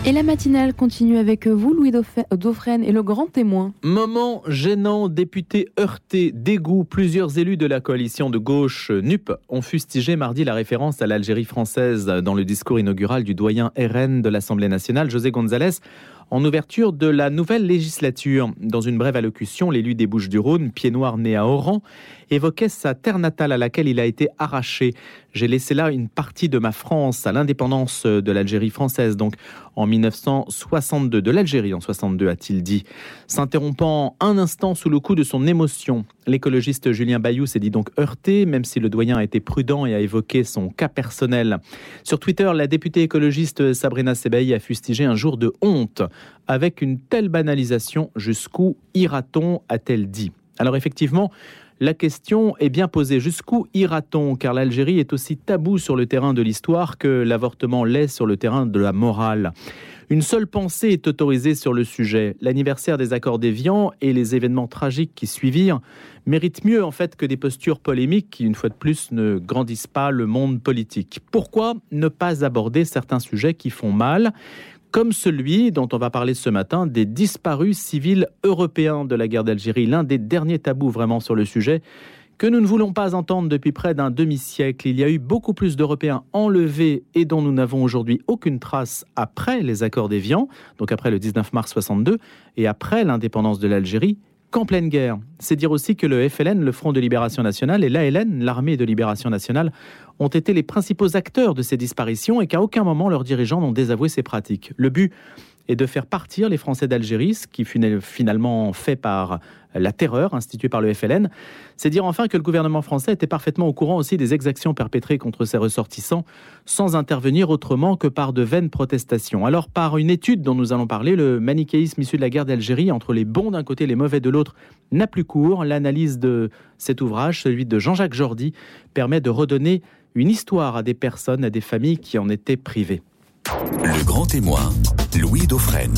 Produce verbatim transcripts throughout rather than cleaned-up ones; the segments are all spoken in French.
Et la matinale continue avec vous, Louis Dauphren et le grand témoin. Moment gênant, député heurté, dégoût. Plusieurs élus de la coalition de gauche N U P ont fustigé mardi la référence à l'Algérie française dans le discours inaugural du doyen R N de l'Assemblée nationale, José González, en ouverture de la nouvelle législature. Dans une brève allocution, l'élu des Bouches-du-Rhône, pied noir né à Oran, évoquait sa terre natale à laquelle il a été arraché. J'ai laissé là une partie de ma France à l'indépendance de l'Algérie française, donc en dix-neuf cent soixante-deux, de l'Algérie en soixante-deux, a-t-il dit. S'interrompant un instant sous le coup de son émotion, l'écologiste Julien Bayou s'est dit donc heurté, même si le doyen a été prudent et a évoqué son cas personnel. Sur Twitter, la députée écologiste Sabrina Sebaï a fustigé un jour de honte. Avec une telle banalisation, jusqu'où ira-t-on, a-t-elle dit. Alors effectivement, la question est bien posée. Jusqu'où ira-t-on ? Car l'Algérie est aussi tabou sur le terrain de l'histoire que l'avortement l'est sur le terrain de la morale. Une seule pensée est autorisée sur le sujet. L'anniversaire des accords d'Évian et les événements tragiques qui suivirent méritent mieux en fait que des postures polémiques qui, une fois de plus, ne grandissent pas le monde politique. Pourquoi ne pas aborder certains sujets qui font mal ? Comme celui dont on va parler ce matin, des disparus civils européens de la guerre d'Algérie, l'un des derniers tabous vraiment sur le sujet, que nous ne voulons pas entendre depuis près d'un demi-siècle. Il y a eu beaucoup plus d'Européens enlevés et dont nous n'avons aujourd'hui aucune trace après les accords d'Évian, donc après le dix-neuf mars soixante-deux, et après l'indépendance de l'Algérie, qu'en pleine guerre. C'est dire aussi que le F L N, le Front de Libération Nationale, et l'A L N, l'Armée de Libération Nationale, ont été les principaux acteurs de ces disparitions et qu'à aucun moment leurs dirigeants n'ont désavoué ces pratiques. Le but est de faire partir les Français d'Algérie, ce qui fut finalement fait par la terreur instituée par le F L N. C'est dire enfin que le gouvernement français était parfaitement au courant aussi des exactions perpétrées contre ses ressortissants, sans intervenir autrement que par de vaines protestations. Alors par une étude dont nous allons parler, le manichéisme issu de la guerre d'Algérie, entre les bons d'un côté et les mauvais de l'autre, n'a plus cours. L'analyse de cet ouvrage, celui de Jean-Jacques Jordi, permet de redonner une histoire à des personnes, à des familles qui en étaient privées. Le grand témoin, Louis Dauphren.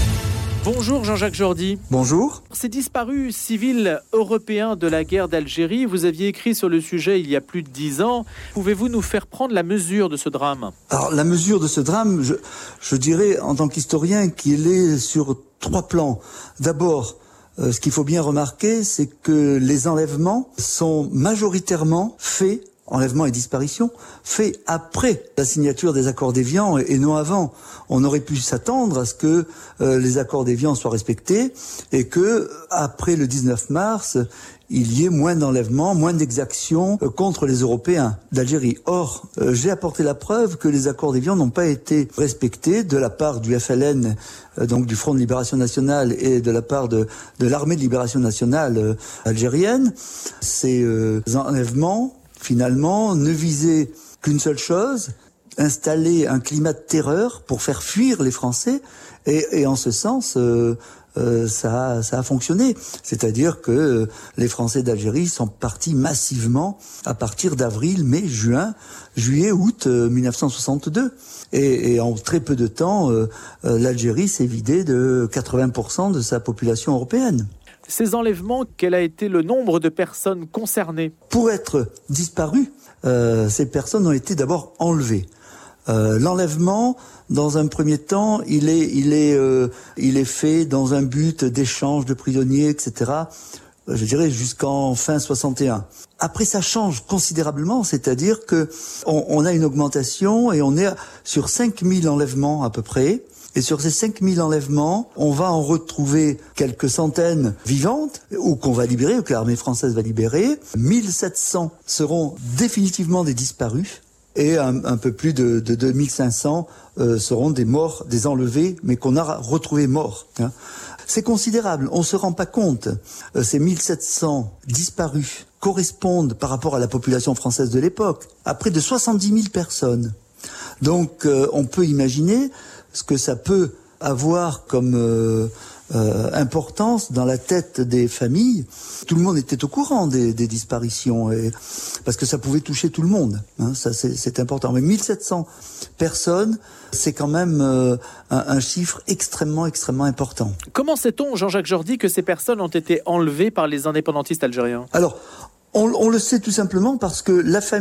Bonjour Jean-Jacques Jordi. Bonjour. Ces disparus civils européens de la guerre d'Algérie, vous aviez écrit sur le sujet il y a plus de dix ans. Pouvez-vous nous faire prendre la mesure de ce drame ? Alors la mesure de ce drame, je, je dirais en tant qu'historien qu'il est sur trois plans. D'abord, euh, ce qu'il faut bien remarquer, c'est que les enlèvements sont majoritairement faits, enlèvement et disparition, fait après la signature des accords d'Évian et, et non avant. On aurait pu s'attendre à ce que euh, les accords d'Évian soient respectés et que après le dix-neuf mars, il y ait moins d'enlèvements, moins d'exactions euh, contre les Européens d'Algérie. Or, euh, j'ai apporté la preuve que les accords d'Évian n'ont pas été respectés de la part du F L N, euh, donc du Front de Libération Nationale, et de la part de, de l'Armée de Libération Nationale euh, algérienne. Ces euh, enlèvements finalement, ne visait qu'une seule chose, installer un climat de terreur pour faire fuir les Français. Et, et en ce sens, euh, euh, ça, a, ça a fonctionné. C'est-à-dire que euh, les Français d'Algérie sont partis massivement à partir d'avril, mai, juin, juillet, août euh, dix-neuf cent soixante-deux. Et, et en très peu de temps, euh, euh, l'Algérie s'est vidée de quatre-vingts pour cent de sa population européenne. Ces enlèvements, quel a été le nombre de personnes concernées ? Pour être disparues, euh, ces personnes ont été d'abord enlevées. Euh, l'enlèvement, dans un premier temps, il est, il est, euh, il est fait dans un but d'échange de prisonniers, et cetera. Je dirais jusqu'en fin soixante et un. Après, ça change considérablement, c'est-à-dire que on, on a une augmentation et on est sur cinq mille enlèvements à peu près. Et sur ces cinq mille enlèvements, on va en retrouver quelques centaines vivantes, ou qu'on va libérer, ou que l'armée française va libérer. mille sept cents seront définitivement des disparus, et un, un peu plus de, de deux mille cinq cents euh, seront des morts, des enlevés, mais qu'on a retrouvés morts. Hein. C'est considérable, on ne se rend pas compte. Euh, ces mille sept cents disparus correspondent, par rapport à la population française de l'époque, à près de soixante-dix mille personnes. Donc euh, on peut imaginer ce que ça peut avoir comme euh, euh, importance dans la tête des familles. Tout le monde était au courant des, des disparitions, et, parce que ça pouvait toucher tout le monde. Hein, ça c'est, c'est important. Mais mille sept cents personnes, c'est quand même euh, un, un chiffre extrêmement, extrêmement important. Comment sait-on, Jean-Jacques Jordi, que ces personnes ont été enlevées par les indépendantistes algériens ? Alors, on, on le sait tout simplement parce que la famille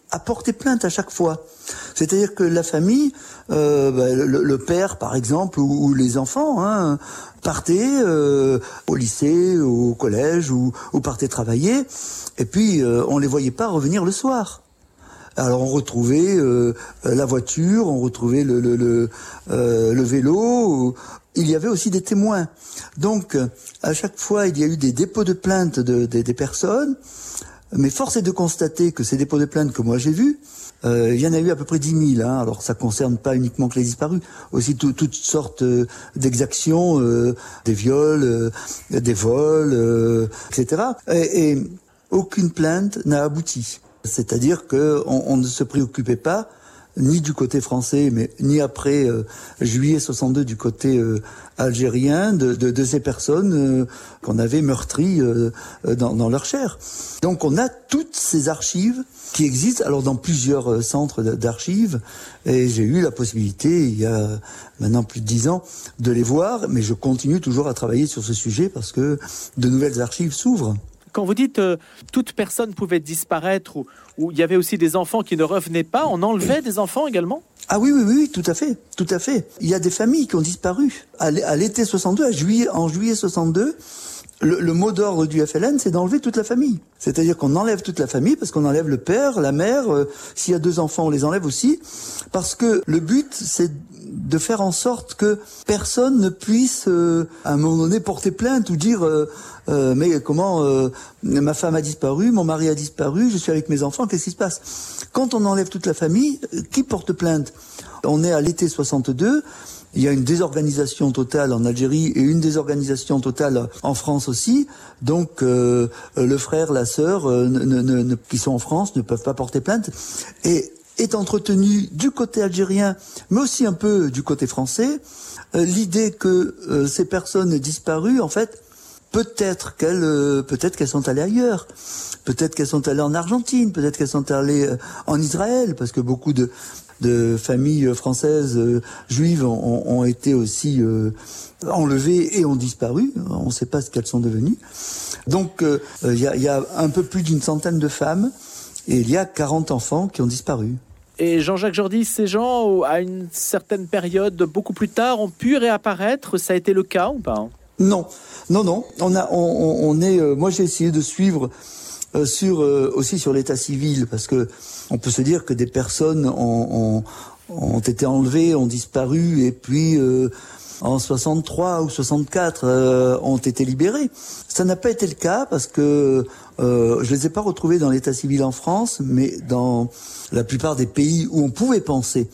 à porter plainte à chaque fois. C'est-à-dire que la famille, euh, bah, le, le père par exemple, ou, ou les enfants, hein, partaient euh, au lycée, au collège, ou, ou partaient travailler, et puis euh, on les voyait pas revenir le soir. Alors on retrouvait euh, la voiture, on retrouvait le, le, le, euh, le vélo. Il y avait aussi des témoins. Donc à chaque fois, il y a eu des dépôts de plainte de, de, des personnes. Mais force est de constater que ces dépôts de plainte que moi j'ai vus, euh, il y en a eu à peu près dix mille. Hein. Alors ça concerne pas uniquement que les disparus, aussi tout, toutes sortes euh, d'exactions, euh, des viols, euh, des vols, euh, et cetera. Et, et aucune plainte n'a abouti. C'est-à-dire que on, on ne se préoccupait pas, ni du côté français, mais ni après euh, juillet soixante-deux du côté euh, algérien, de, de, de ces personnes euh, qu'on avait meurtries euh, dans, dans leur chair. Donc on a toutes ces archives qui existent, alors dans plusieurs euh, centres d'archives, et j'ai eu la possibilité, il y a maintenant plus de dix ans, de les voir, mais je continue toujours à travailler sur ce sujet parce que de nouvelles archives s'ouvrent. Quand vous dites euh, toute personne pouvait disparaître, ou, ou il y avait aussi des enfants qui ne revenaient pas, on enlevait des enfants également ? Ah oui, oui, oui, tout à fait, tout à fait. Il y a des familles qui ont disparu. À l'été soixante-deux, à juillet, en juillet soixante-deux, le, le mot d'ordre du F L N, c'est d'enlever toute la famille. C'est-à-dire qu'on enlève toute la famille parce qu'on enlève le père, la mère. Euh, s'il y a deux enfants, on les enlève aussi. Parce que le but, c'est de faire en sorte que personne ne puisse, euh, à un moment donné, porter plainte ou dire euh, euh, mais comment euh, ma femme a disparu, mon mari a disparu, je suis avec mes enfants, qu'est-ce qui se passe ? Quand on enlève toute la famille, qui porte plainte ? On est à l'été soixante-deux. Il y a une désorganisation totale en Algérie et une désorganisation totale en France aussi. Donc euh, le frère, la sœur euh, ne, ne, ne, qui sont en France ne peuvent pas porter plainte. Et est entretenu du côté algérien, mais aussi un peu du côté français, euh, l'idée que euh, ces personnes disparues, en fait, peut-être qu'elles, euh, peut-être qu'elles sont allées ailleurs, peut-être qu'elles sont allées en Argentine, peut-être qu'elles sont allées euh, en Israël, parce que beaucoup de de familles françaises euh, juives ont, ont été aussi euh, enlevées et ont disparu. On ne sait pas ce qu'elles sont devenues. Donc, il euh, y, a, y a un peu plus d'une centaine de femmes et il y a quarante enfants qui ont disparu. Et Jean-Jacques Jordi, ces gens, à une certaine période, beaucoup plus tard, ont pu réapparaître. Ça a été le cas ou pas ? Non, non, non. On a, on, on est. Euh, moi, j'ai essayé de suivre euh, sur euh, aussi sur l'état civil parce que on peut se dire que des personnes ont, ont, ont été enlevées, ont disparu, et puis euh, en soixante-trois ou soixante-quatre euh, ont été libérées. Ça n'a pas été le cas parce que euh, je les ai pas retrouvés dans l'état civil en France, mais dans la plupart des pays où on pouvait penser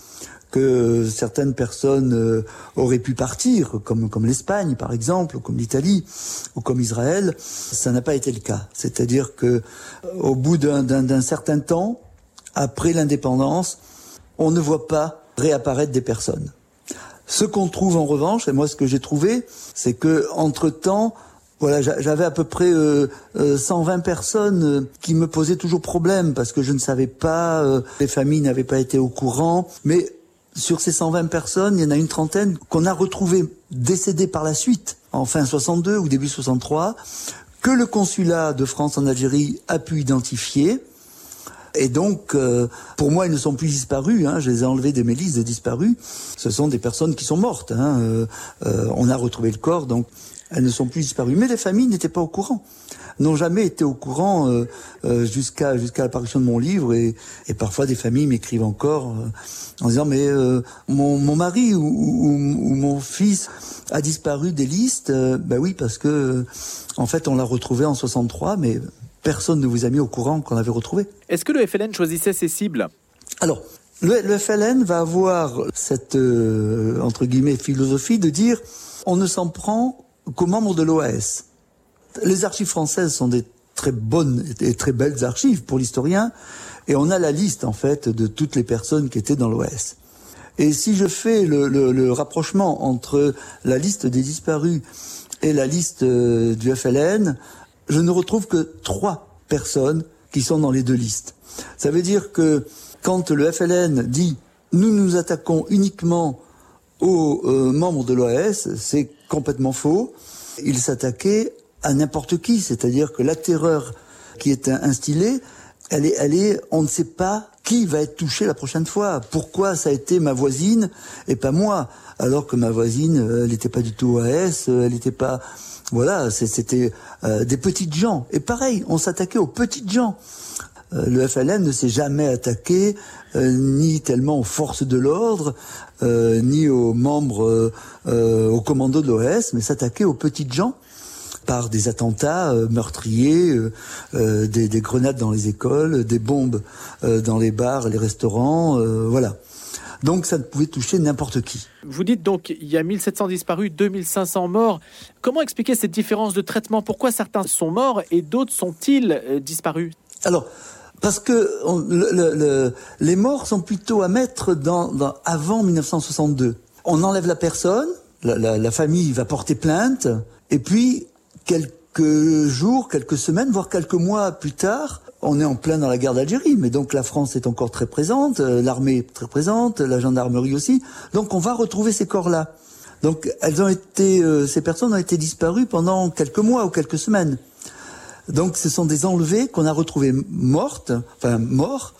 que certaines personnes euh, auraient pu partir, comme comme l'Espagne par exemple, ou comme l'Italie, ou comme Israël, ça n'a pas été le cas. C'est-à-dire que au bout d'un, d'un, d'un certain temps, après l'indépendance, on ne voit pas réapparaître des personnes. Ce qu'on trouve en revanche, et moi ce que j'ai trouvé, c'est que entre-temps, voilà, j'avais à peu près euh, euh, cent vingt personnes euh, qui me posaient toujours problème parce que je ne savais pas, euh, les familles n'avaient pas été au courant, mais sur ces cent vingt personnes, il y en a une trentaine qu'on a retrouvées décédées par la suite, en fin soixante-deux ou début soixante-trois, que le consulat de France en Algérie a pu identifier. Et donc, euh, pour moi, ils ne sont plus disparus. Hein, je les ai enlevés de mes listes de disparus. Ce sont des personnes qui sont mortes. Hein, euh, euh, on a retrouvé le corps, donc elles ne sont plus disparues. Mais les familles n'étaient pas au courant, n'ont jamais été au courant euh, euh, jusqu'à jusqu'à l'apparition de mon livre. Et, et parfois, des familles m'écrivent encore euh, en disant mais euh, mon, mon mari ou, ou, ou mon fils a disparu des listes. Euh, ben oui, parce que en fait, on l'a retrouvé en soixante-trois, mais personne ne vous a mis au courant qu'on l'avait retrouvé. Est-ce que le F L N choisissait ses cibles ? Alors, le, le F L N va avoir cette, euh, entre guillemets, philosophie de dire on ne s'en prend qu'aux membres de l'O A S. Les archives françaises sont des très bonnes et très belles archives pour l'historien, et on a la liste, en fait, de toutes les personnes qui étaient dans l'O A S. Et si je fais le, le, le rapprochement entre la liste des disparus et la liste euh, du F L N, je ne retrouve que trois personnes qui sont dans les deux listes. Ça veut dire que quand le F L N dit « nous nous attaquons uniquement aux euh, membres de l'O A S », c'est complètement faux. Ils s'attaquaient à n'importe qui, c'est-à-dire que la terreur qui est instillée, elle est, elle est, on ne sait pas qui va être touché la prochaine fois? Pourquoi ça a été ma voisine et pas moi? Alors que ma voisine, elle n'était pas du tout O A S, elle n'était pas... Voilà, c'était euh, des petites gens. Et pareil, on s'attaquait aux petites gens. Euh, le F L N ne s'est jamais attaqué euh, ni tellement aux forces de l'ordre, euh, ni aux membres, euh, euh, aux commandos de l'O A S, mais s'attaquait aux petites gens par des attentats euh, meurtriers, euh, euh, des, des grenades dans les écoles, des bombes euh, dans les bars, les restaurants, euh, voilà. Donc ça ne pouvait toucher n'importe qui. Vous dites donc il y a mille sept cents disparus, deux mille cinq cents morts. Comment expliquer cette différence de traitement? Pourquoi certains sont morts et d'autres sont-ils euh, disparus? Alors, parce que on, le, le, le, les morts sont plutôt à mettre dans, dans, avant mille neuf cent soixante-deux. On enlève la personne, la, la, la famille va porter plainte, et puis quelques jours, quelques semaines, voire quelques mois plus tard, on est en plein dans la guerre d'Algérie, mais donc la France est encore très présente, l'armée est très présente, la gendarmerie aussi. Donc on va retrouver ces corps-là. Donc elles ont été, euh, ces personnes ont été disparues pendant quelques mois ou quelques semaines. Donc ce sont des enlevés qu'on a retrouvés mortes, enfin morts,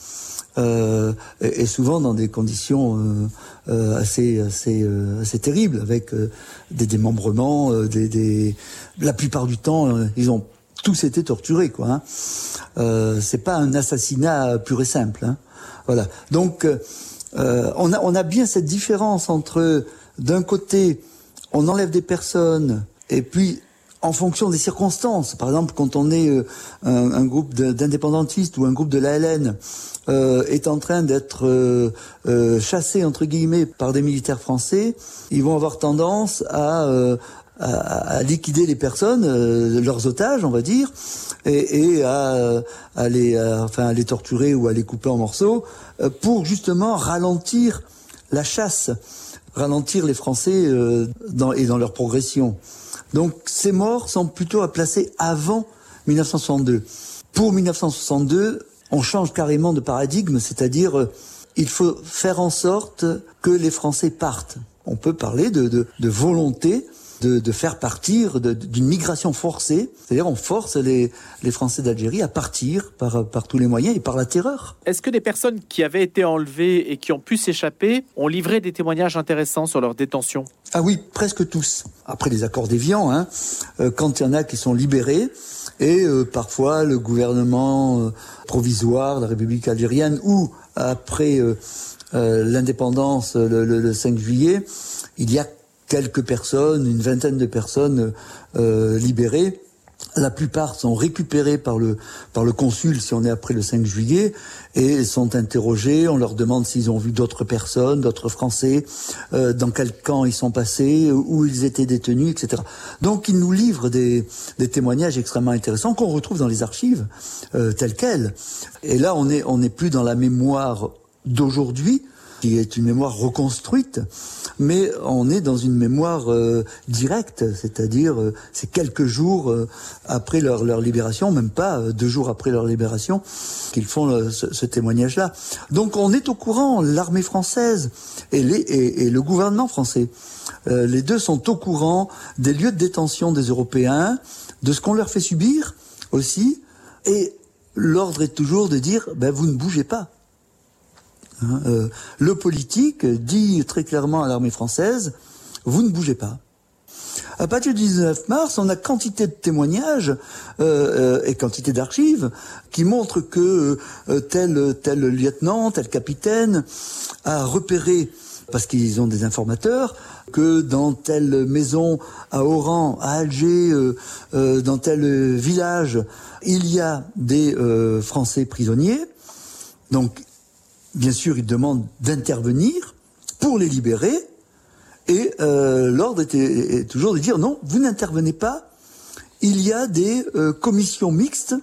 euh, et, et souvent dans des conditions euh, euh, assez assez euh, assez terribles, avec euh, des démembrements, euh, des, des la plupart du temps euh, ils ont tous été torturés, quoi. Hein. Euh, c'est pas un assassinat pur et simple. Hein. Voilà. Donc, euh, on a on a bien cette différence entre, d'un côté, on enlève des personnes, et puis, en fonction des circonstances, par exemple, quand on est euh, un, un groupe d'indépendantistes ou un groupe de l'A L N euh, est en train d'être euh, euh, chassé entre guillemets par des militaires français, ils vont avoir tendance à euh, À, à liquider les personnes, euh, leurs otages, on va dire, et, et à, à les, à, enfin, à les torturer ou à les couper en morceaux, euh, pour justement ralentir la chasse, ralentir les Français euh, dans, et dans leur progression. Donc ces morts sont plutôt à placer avant mille neuf cent soixante-deux. Pour mille neuf cent soixante-deux, on change carrément de paradigme, c'est-à-dire euh, il faut faire en sorte que les Français partent. On peut parler de, de, de volonté De, de faire partir de, d'une migration forcée, c'est-à-dire on force les, les Français d'Algérie à partir par, par tous les moyens et par la terreur. Est-ce que des personnes qui avaient été enlevées et qui ont pu s'échapper ont livré des témoignages intéressants sur leur détention? Ah oui, presque tous. Après les accords d'Évian, hein, euh, quand il y en a qui sont libérés, et euh, parfois le gouvernement euh, provisoire de la République algérienne, ou après euh, euh, l'indépendance le, le, le cinq juillet, il y a quelques personnes, une vingtaine de personnes euh, libérées. La plupart sont récupérées par le par le consul si on est après le cinq juillet et sont interrogés. On leur demande s'ils ont vu d'autres personnes, d'autres Français, euh, dans quel camp ils sont passés, où ils étaient détenus, et cetera. Donc ils nous livrent des des témoignages extrêmement intéressants qu'on retrouve dans les archives euh, telles quelles. Et là on est on n'est plus dans la mémoire d'aujourd'hui, qui est une mémoire reconstruite, mais on est dans une mémoire euh, directe, c'est-à-dire euh, c'est quelques jours euh, après leur, leur libération, même pas euh, deux jours après leur libération, qu'ils font euh, ce, ce témoignage-là. Donc on est au courant, l'armée française et, les, et, et le gouvernement français, euh, les deux sont au courant des lieux de détention des Européens, de ce qu'on leur fait subir aussi, et l'ordre est toujours de dire ben, vous ne bougez pas. Hein, euh, le politique dit très clairement à l'armée française, vous ne bougez pas. À partir du dix-neuf mars, on a quantité de témoignages euh, euh, et quantité d'archives qui montrent que euh, tel tel lieutenant, tel capitaine a repéré, parce qu'ils ont des informateurs, que dans telle maison à Oran, à Alger, euh, euh, dans tel village, il y a des euh, Français prisonniers. Donc bien sûr, ils demandent d'intervenir pour les libérer, et euh, l'ordre était, est toujours de dire non, vous n'intervenez pas. Il y a des euh, commissions mixtes,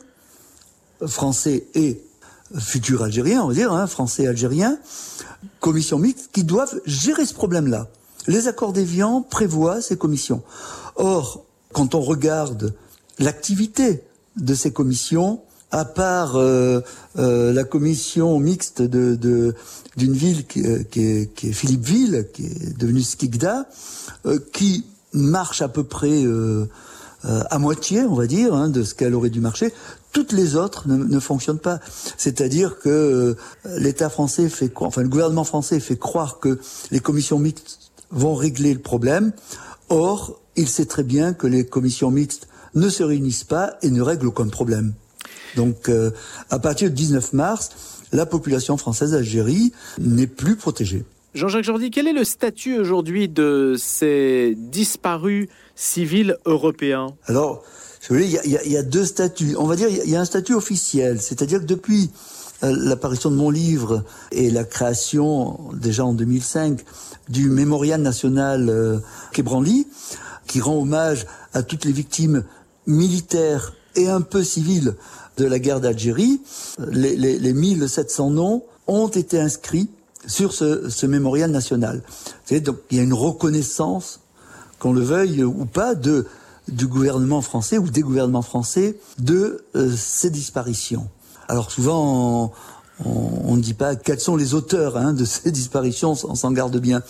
français et futurs algériens, on va dire, hein, français et algériens, commissions mixtes qui doivent gérer ce problème-là. Les accords d'Évian prévoient ces commissions. Or, quand on regarde l'activité de ces commissions, à part euh, euh, la commission mixte de, de d'une ville qui, qui, est, qui est Philippeville, qui est devenue Skikda, euh, qui marche à peu près euh, euh, à moitié, on va dire, hein, de ce qu'elle aurait dû marcher. toutes les autres ne, ne fonctionnent pas. C'est-à-dire que euh, l'État français fait quoi, enfin le gouvernement français fait croire que les commissions mixtes vont régler le problème. Or, il sait très bien que les commissions mixtes ne se réunissent pas et ne règlent aucun problème. Donc, euh, à partir du dix-neuf mars, la population française d'Algérie n'est plus protégée. Jean-Jacques Jordi, quel est le statut aujourd'hui de ces disparus civils européens ? Alors, il y, a, il y a deux statuts. On va dire il y a un statut officiel, c'est-à-dire que depuis euh, l'apparition de mon livre et la création, déjà en deux mille cinq, du mémorial national euh, Quai Branly, qui rend hommage à toutes les victimes militaires et un peu civiles de la guerre d'Algérie, les, les, les mille sept cents noms ont été inscrits sur ce, ce mémorial national. Donc il y a une reconnaissance, qu'on le veuille ou pas, de, du gouvernement français ou des gouvernements français de euh, ces disparitions. Alors souvent, on ne dit pas quels sont les auteurs hein, de ces disparitions, on s'en garde bien.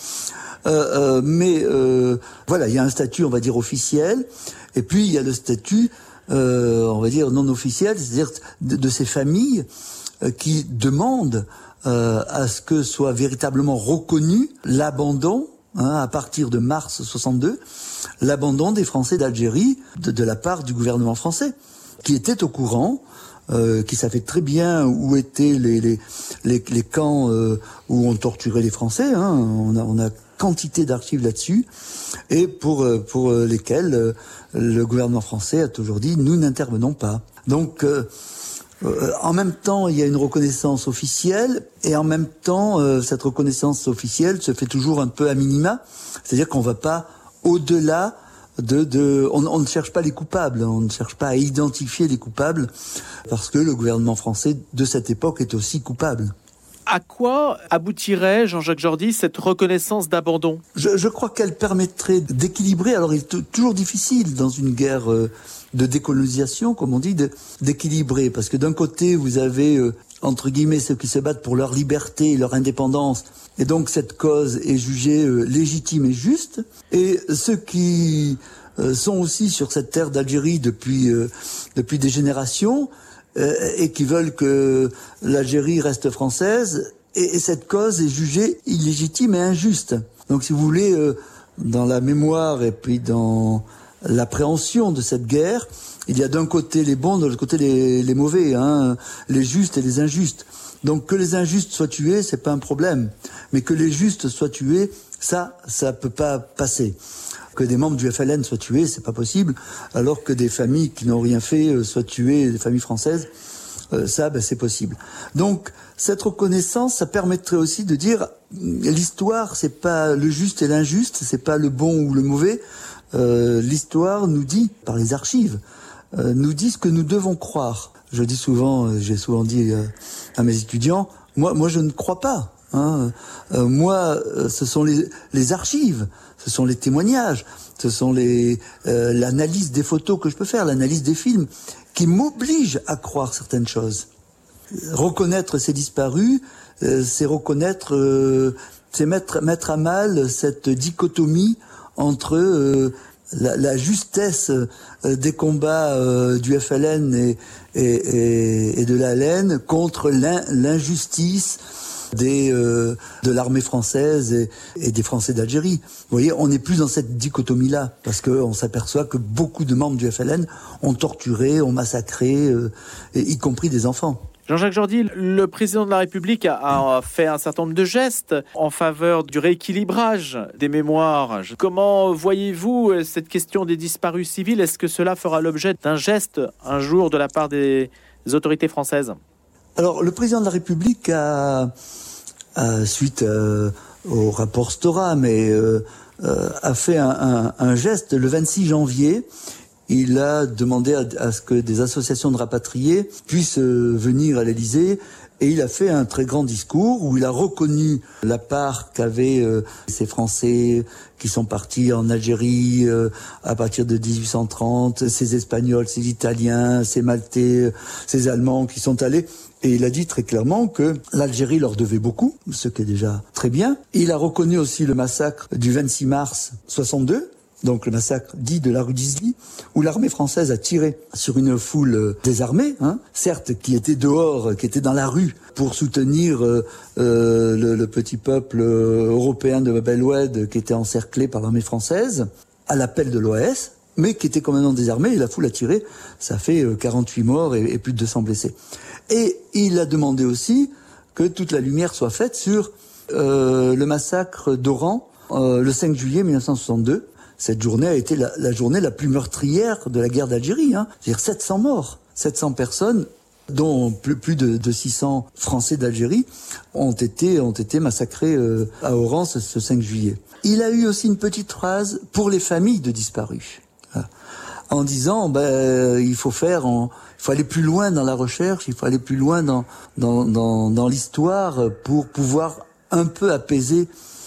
Euh, euh, mais euh, voilà, il y a un statut, on va dire, officiel, et puis il y a le statut, euh, on va dire, non officiel, c'est-à-dire de, de ces familles euh, qui demandent euh, à ce que soit véritablement reconnu l'abandon, hein, à partir de mars soixante-deux, l'abandon des Français d'Algérie de, de la part du gouvernement français, qui était au courant, Euh, qui savait très bien où étaient les les les, les camps euh, où on torturait les Français. Hein. On a on a quantité d'archives là-dessus, et pour euh, pour lesquelles euh, le gouvernement français a toujours dit nous n'intervenons pas. Donc euh, euh, en même temps il y a une reconnaissance officielle, et en même temps euh, cette reconnaissance officielle se fait toujours un peu à minima, c'est-à-dire qu'on va pas au-delà. De, de, on, on ne cherche pas les coupables, on ne cherche pas à identifier les coupables, parce que le gouvernement français de cette époque est aussi coupable. À quoi aboutirait, Jean-Jacques Jordi, cette reconnaissance d'abandon ? je, je crois qu'elle permettrait d'équilibrer, alors il est t- toujours difficile dans une guerre euh, de décolonisation, comme on dit, de, d'équilibrer, parce que d'un côté vous avez, euh, entre guillemets, ceux qui se battent pour leur liberté et leur indépendance, et donc cette cause est jugée euh, légitime et juste, et ceux qui euh, sont aussi sur cette terre d'Algérie depuis euh, depuis des générations euh, et qui veulent que l'Algérie reste française, et, et cette cause est jugée illégitime et injuste. Donc si vous voulez, euh, dans la mémoire et puis dans l'appréhension de cette guerre, il y a d'un côté les bons, de l'autre côté les, les mauvais, hein, les justes et les injustes. Donc que les injustes soient tués, c'est pas un problème, mais que les justes soient tués, ça, ça peut pas passer. Que des membres du F L N soient tués, c'est pas possible, alors que des familles qui n'ont rien fait soient tuées, des familles françaises, euh, ça, ben, c'est possible. Donc cette reconnaissance, ça permettrait aussi de dire l'histoire, c'est pas le juste et l'injuste, c'est pas le bon ou le mauvais. Euh, l'histoire nous dit, par les archives, euh, nous dit ce que nous devons croire. Je dis souvent, euh, j'ai souvent dit euh, à mes étudiants, moi, moi je ne crois pas. Hein. Euh, moi, euh, ce sont les, les archives, ce sont les témoignages, ce sont les euh, l'analyse des photos que je peux faire, l'analyse des films, qui m'obligent à croire certaines choses. Reconnaître ces disparus, euh, c'est reconnaître, euh, c'est mettre mettre à mal cette dichotomie entre euh, la, la justesse euh, des combats euh, du F L N et, et, et, et de l'A L N contre l'in, l'injustice des, euh, de l'armée française et, et des Français d'Algérie. Vous voyez, on n'est plus dans cette dichotomie-là, parce qu'on s'aperçoit que beaucoup de membres du F L N ont torturé, ont massacré, euh, et, y compris des enfants. Jean-Jacques Jordi, le président de la République a, a fait un certain nombre de gestes en faveur du rééquilibrage des mémoires. Comment voyez-vous cette question des disparus civils ? Est-ce que cela fera l'objet d'un geste un jour de la part des autorités françaises ? Alors, le président de la République a, a suite euh, au rapport Stora, mais euh, euh, a fait un, un, un geste le vingt-six janvier. Il a demandé à, à ce que des associations de rapatriés puissent euh, venir à l'Élysée, et il a fait un très grand discours où il a reconnu la part qu'avaient euh, ces Français qui sont partis en Algérie euh, à partir de dix-huit cent trente, ces Espagnols, ces Italiens, ces Maltais, ces Allemands qui sont allés. Et il a dit très clairement que l'Algérie leur devait beaucoup, ce qui est déjà très bien. Il a reconnu aussi le massacre du vingt-six mars soixante-deux, donc le massacre dit de la rue d'Isly, où l'armée française a tiré sur une foule désarmée, hein, certes qui était dehors, qui était dans la rue pour soutenir euh, euh, le, le petit peuple européen de Bab el-Oued qui était encerclé par l'armée française, à l'appel de l'O A S, mais qui était quand même désarmé, et la foule a tiré, ça fait quarante-huit morts et, et plus de deux cents blessés. Et il a demandé aussi que toute la lumière soit faite sur euh, le massacre d'Oran, euh, le cinq juillet mille neuf cent soixante-deux. Cette journée a été la, la journée la plus meurtrière de la guerre d'Algérie, hein. C'est-à-dire sept cents morts, sept cents personnes, dont plus, plus de, de six cents Français d'Algérie, ont été, ont été massacrés euh, à Oran ce, ce cinq juillet. Il a eu aussi une petite phrase pour les familles de disparus, hein, en disant ben, il faut faire, en, il faut aller plus loin dans la recherche, il faut aller plus loin dans, dans, dans, dans l'histoire pour pouvoir un peu apaiser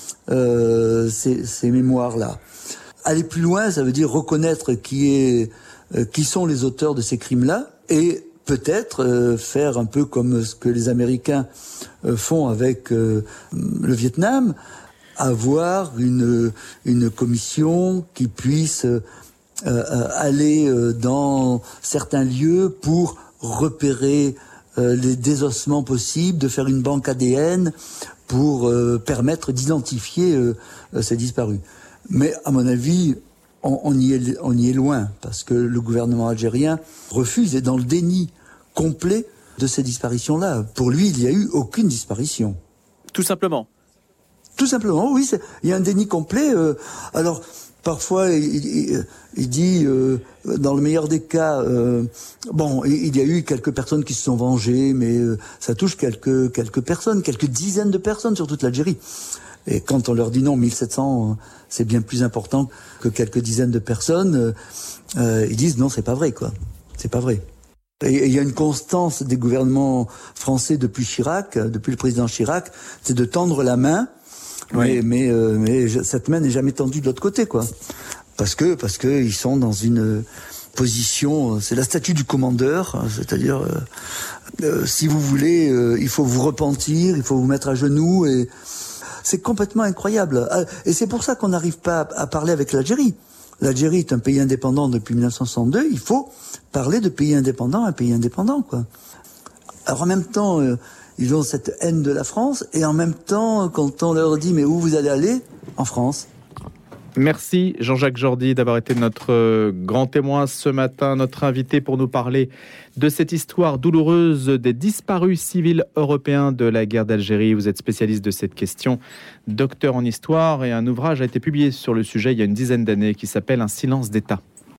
euh, ces, ces mémoires-là. Aller plus loin, ça veut dire reconnaître qui est, euh, qui sont les auteurs de ces crimes-là, et peut-être euh, faire un peu comme ce que les Américains euh, font avec euh, le Vietnam, avoir une, une commission qui puisse euh, euh, aller euh, dans certains lieux pour repérer euh, les désossements possibles, de faire une banque A D N pour euh, permettre d'identifier euh, ces disparus. Mais à mon avis, on, on, y est, on y est loin, parce que le gouvernement algérien refuse, est dans le déni complet de ces disparitions-là. Pour lui, il n'y a eu aucune disparition. Tout simplement. Tout simplement, oui. C'est, il y a un déni complet. Euh, alors, parfois, il, il, il dit, euh, dans le meilleur des cas, euh, bon, il y a eu quelques personnes qui se sont vengées, mais euh, ça touche quelques, quelques personnes, quelques dizaines de personnes sur toute l'Algérie. Et quand on leur dit non, mille sept cents, c'est bien plus important que quelques dizaines de personnes, euh, ils disent non, c'est pas vrai, quoi. C'est pas vrai. Et il y a une constance des gouvernements français depuis Chirac, depuis le président Chirac, c'est de tendre la main, oui. mais, mais, euh, mais cette main n'est jamais tendue de l'autre côté, quoi. Parce que, parce que ils sont dans une position, c'est la statue du commandeur, c'est-à-dire, euh, euh, si vous voulez, euh, il faut vous repentir, il faut vous mettre à genoux, et c'est complètement incroyable. Et c'est pour ça qu'on n'arrive pas à parler avec l'Algérie. L'Algérie est un pays indépendant depuis mille neuf cent soixante-deux. Il faut parler de pays indépendant à un pays indépendant, quoi. Alors en même temps, euh, ils ont cette haine de la France, et en même temps, quand on leur dit « mais où vous allez aller ?» En France. Merci Jean-Jacques Jordi d'avoir été notre grand témoin ce matin, notre invité pour nous parler de cette histoire douloureuse des disparus civils européens de la guerre d'Algérie. Vous êtes spécialiste de cette question, docteur en histoire, et un ouvrage a été publié sur le sujet il y a une dizaine d'années qui s'appelle « Un silence d'État ».